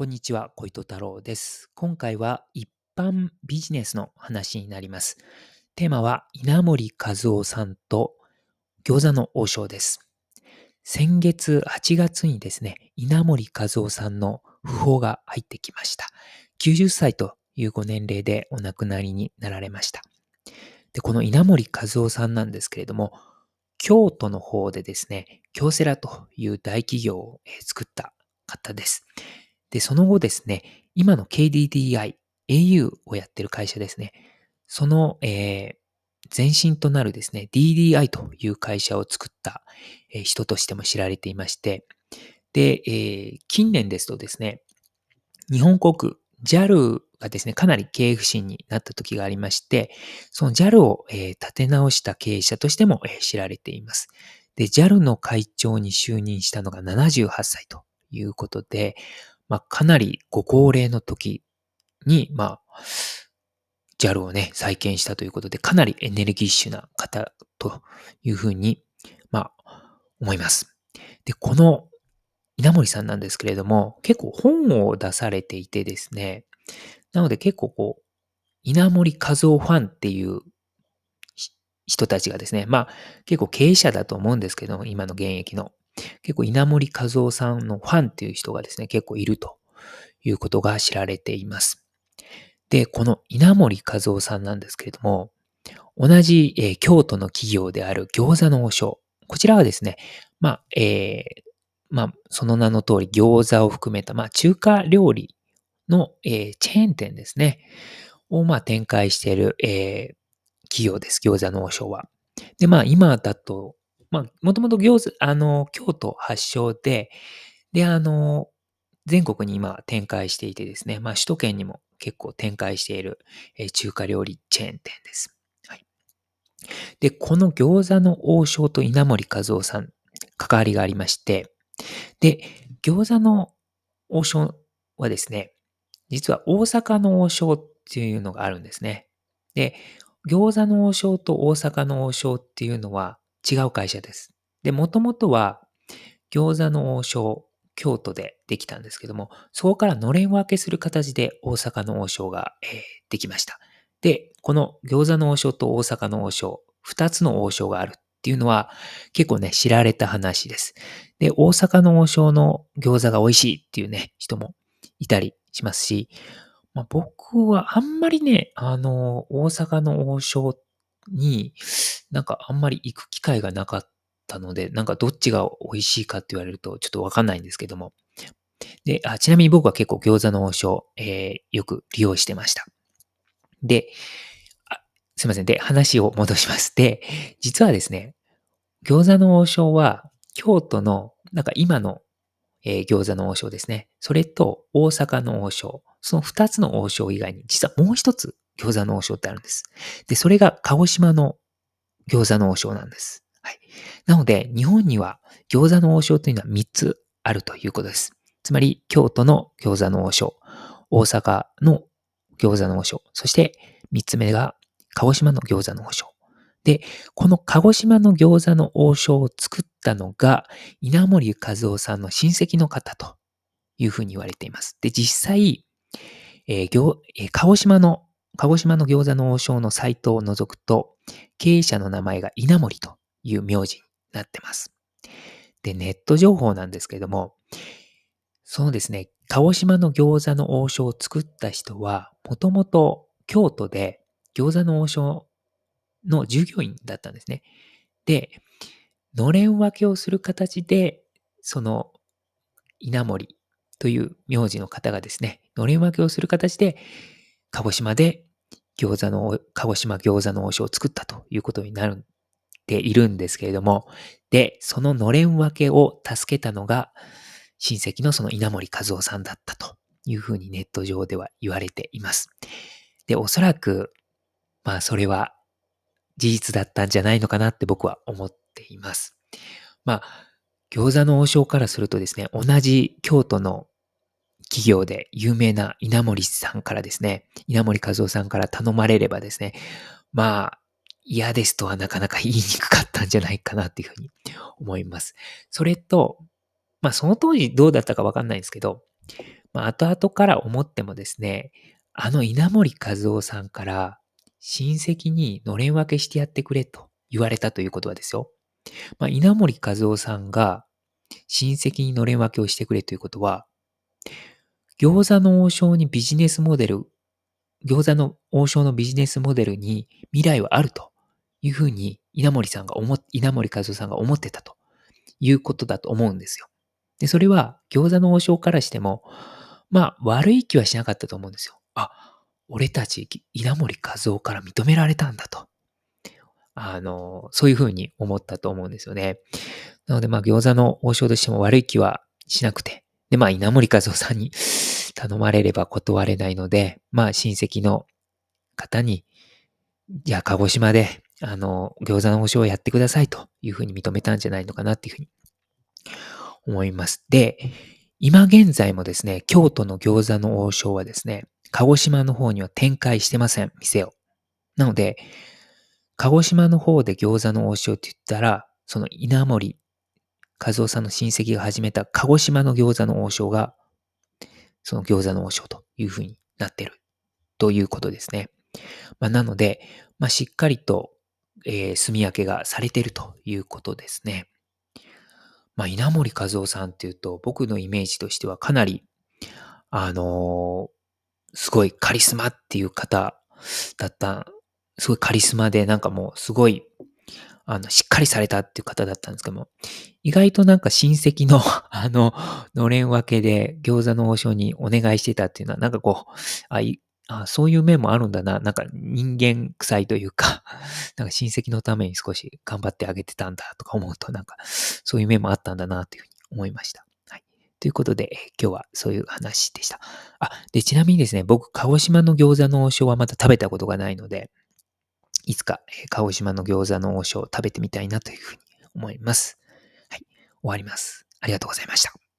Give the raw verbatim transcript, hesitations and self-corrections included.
こんにちは、小糸太郎です。今回は一般ビジネスの話になります。テーマは稲森和夫さんと餃子の王将です。先月はちがつにですね、稲森和夫さんの訃報が入ってきました。きゅうじゅっさいというご年齢でお亡くなりになられました。で、この稲森和夫さんなんですけれども、京都の方でですね、京セラという大企業を作った方です。で、その後ですね、今の ケーディーディーアイ、エーユー をやってる会社ですね。その、えー前身となるですね、ディーディーアイ という会社を作った、えー人としても知られていまして、で、えー近年ですとですね、日本航空、ジャル がですね、かなり経営不振になった時がありまして、その ジャル を、えー立て直した経営者としても、えー知られています。で、ジャル の会長に就任したのがななじゅうはっさいということで、まあ、かなりご高齢の時に、まあ、ジャル をね、再建したということで、かなりエネルギッシュな方というふうに、まあ、思います。で、この稲森さんなんですけれども、結構本を出されていてですね、なので結構こう、稲森和夫ファンっていうひ人たちがですね、まあ結構経営者だと思うんですけども、今の現役の。結構稲森和夫さんのファンっていう人がですね、結構いるということが知られています。で、この稲森和夫さんなんですけれども、同じ、えー京都の企業である餃子の王将。こちらはですね、まあ、えーまあ、その名の通り餃子を含めた、まあ、中華料理の、えーチェーン店ですね、を、まあ、展開している、えー企業です。餃子の王将は。で、まあ、今だと、まあ、もともと餃子、あの、京都発祥で、で、あの、全国に今展開していてですね、まあ、首都圏にも結構展開している、えー中華料理チェーン店です。はい。で、この餃子の王将と稲森和夫さん、関わりがありまして、で、餃子の王将はですね、実は大阪の王将っていうのがあるんですね。で、餃子の王将と大阪の王将っていうのは違う会社です。で、もともとは餃子の王将、京都でできたんですけども、そこからのれん分けする形で大阪の王将が、えーできました。で、この餃子の王将と大阪の王将、二つの王将があるっていうのは結構ね、知られた話です。で、大阪の王将の餃子が美味しいっていうね、人もいたりしますし、まあ、僕はあんまりね、あの、大阪の王将に、なんかあんまり行く機会がなかったので、なんかどっちが美味しいかって言われるとちょっとわかんないんですけども。で、あ、ちなみに僕は結構餃子の王将、えーよく利用してました。で、あ、すいません。で、話を戻します。で、実はですね、餃子の王将は京都の、なんか今のえー餃子の王将ですね。それと大阪の王将。その二つの王将以外に、実はもう一つ餃子の王将ってあるんです。で、それが鹿児島の餃子の王将なんです。はい。なので、日本には餃子の王将というのは三つあるということです。つまり、京都の餃子の王将、大阪の餃子の王将、そして三つ目が鹿児島の餃子の王将。で、この鹿児島の餃子の王将を作ったのが、稲森和夫さんの親戚の方というふうに言われています。で、実際、えー餃えー鹿児島の、鹿児島の餃子の王将のサイトを除くと、経営者の名前が稲森という名字になってます。で、ネット情報なんですけれども、そのですね、鹿児島の餃子の王将を作った人は、もともと京都で餃子の王将の従業員だったんですね。で、のれん分けをする形で、その稲森という名字の方がですね、のれん分けをする形で、鹿児島で餃子の、鹿児島餃子の王将を作ったということになるているんですけれども、で、そののれん分けを助けたのが、親戚のその稲森和夫さんだったというふうにネット上では言われています。で、おそらく、まあそれは事実だったんじゃないのかなって僕は思っています。まあ、餃子の王将からするとですね、同じ京都の企業で有名な稲森さんからですね、稲森和夫さんから頼まれればですね、まあ、嫌ですとはなかなか言いにくかったんじゃないかなっていうふうに思います。それと、まあその当時どうだったかわかんないんですけど、 まあ、後々から思ってもですね、あの稲盛和夫さんから親戚にのれん分けしてやってくれと言われたということはですよ。まあ、稲盛和夫さんが親戚にのれん分けをしてくれということは、餃子の王将にビジネスモデル、餃子の王将のビジネスモデルに未来はあるというふうに稲盛さんが思っ、稲盛和夫さんが思ってたということだと思うんですよ。で、それは餃子の王将からしても、まあ悪い気はしなかったと思うんですよ。あ、俺たち稲盛和夫から認められたんだと。あの、そういうふうに思ったと思うんですよね。なのでまあ餃子の王将としても悪い気はしなくて、でまあ稲盛和夫さんに頼まれれば断れないので、まあ親戚の方に、じゃあ鹿児島で、あの、餃子の王将をやってくださいというふうに認めたんじゃないのかなっていうふうに思います。で、今現在もですね、京都の餃子の王将はですね、鹿児島の方には展開してません、店を。なので、鹿児島の方で餃子の王将って言ったら、その稲盛和夫さんの親戚が始めた鹿児島の餃子の王将が、その餃子の王将というふうになってるということですね。まあ、なので、まあ、しっかりと、えー、住み分けがされているということですね。まあ、稲盛和夫さんっていうと、僕のイメージとしてはかなり、あのーすごいカリスマっていう方だった、すごいカリスマで、なんかもうすごい、あの、しっかりされたっていう方だったんですけども、意外となんか親戚のあの、のれん分けで餃子の王将にお願いしてたっていうのは、なんかこう、あ、いあそういう面もあるんだな、なんか人間臭いというか、なんか親戚のために少し頑張ってあげてたんだとか思うと、なんかそういう面もあったんだなというふうに思いました。はい。ということで、えー今日はそういう話でした。あ、で、ちなみにですね、僕、鹿児島の餃子の王将はまだ食べたことがないので、いつか、えー鹿児島の餃子の王将を食べてみたいなというふうに思います。はい。終わります。ありがとうございました。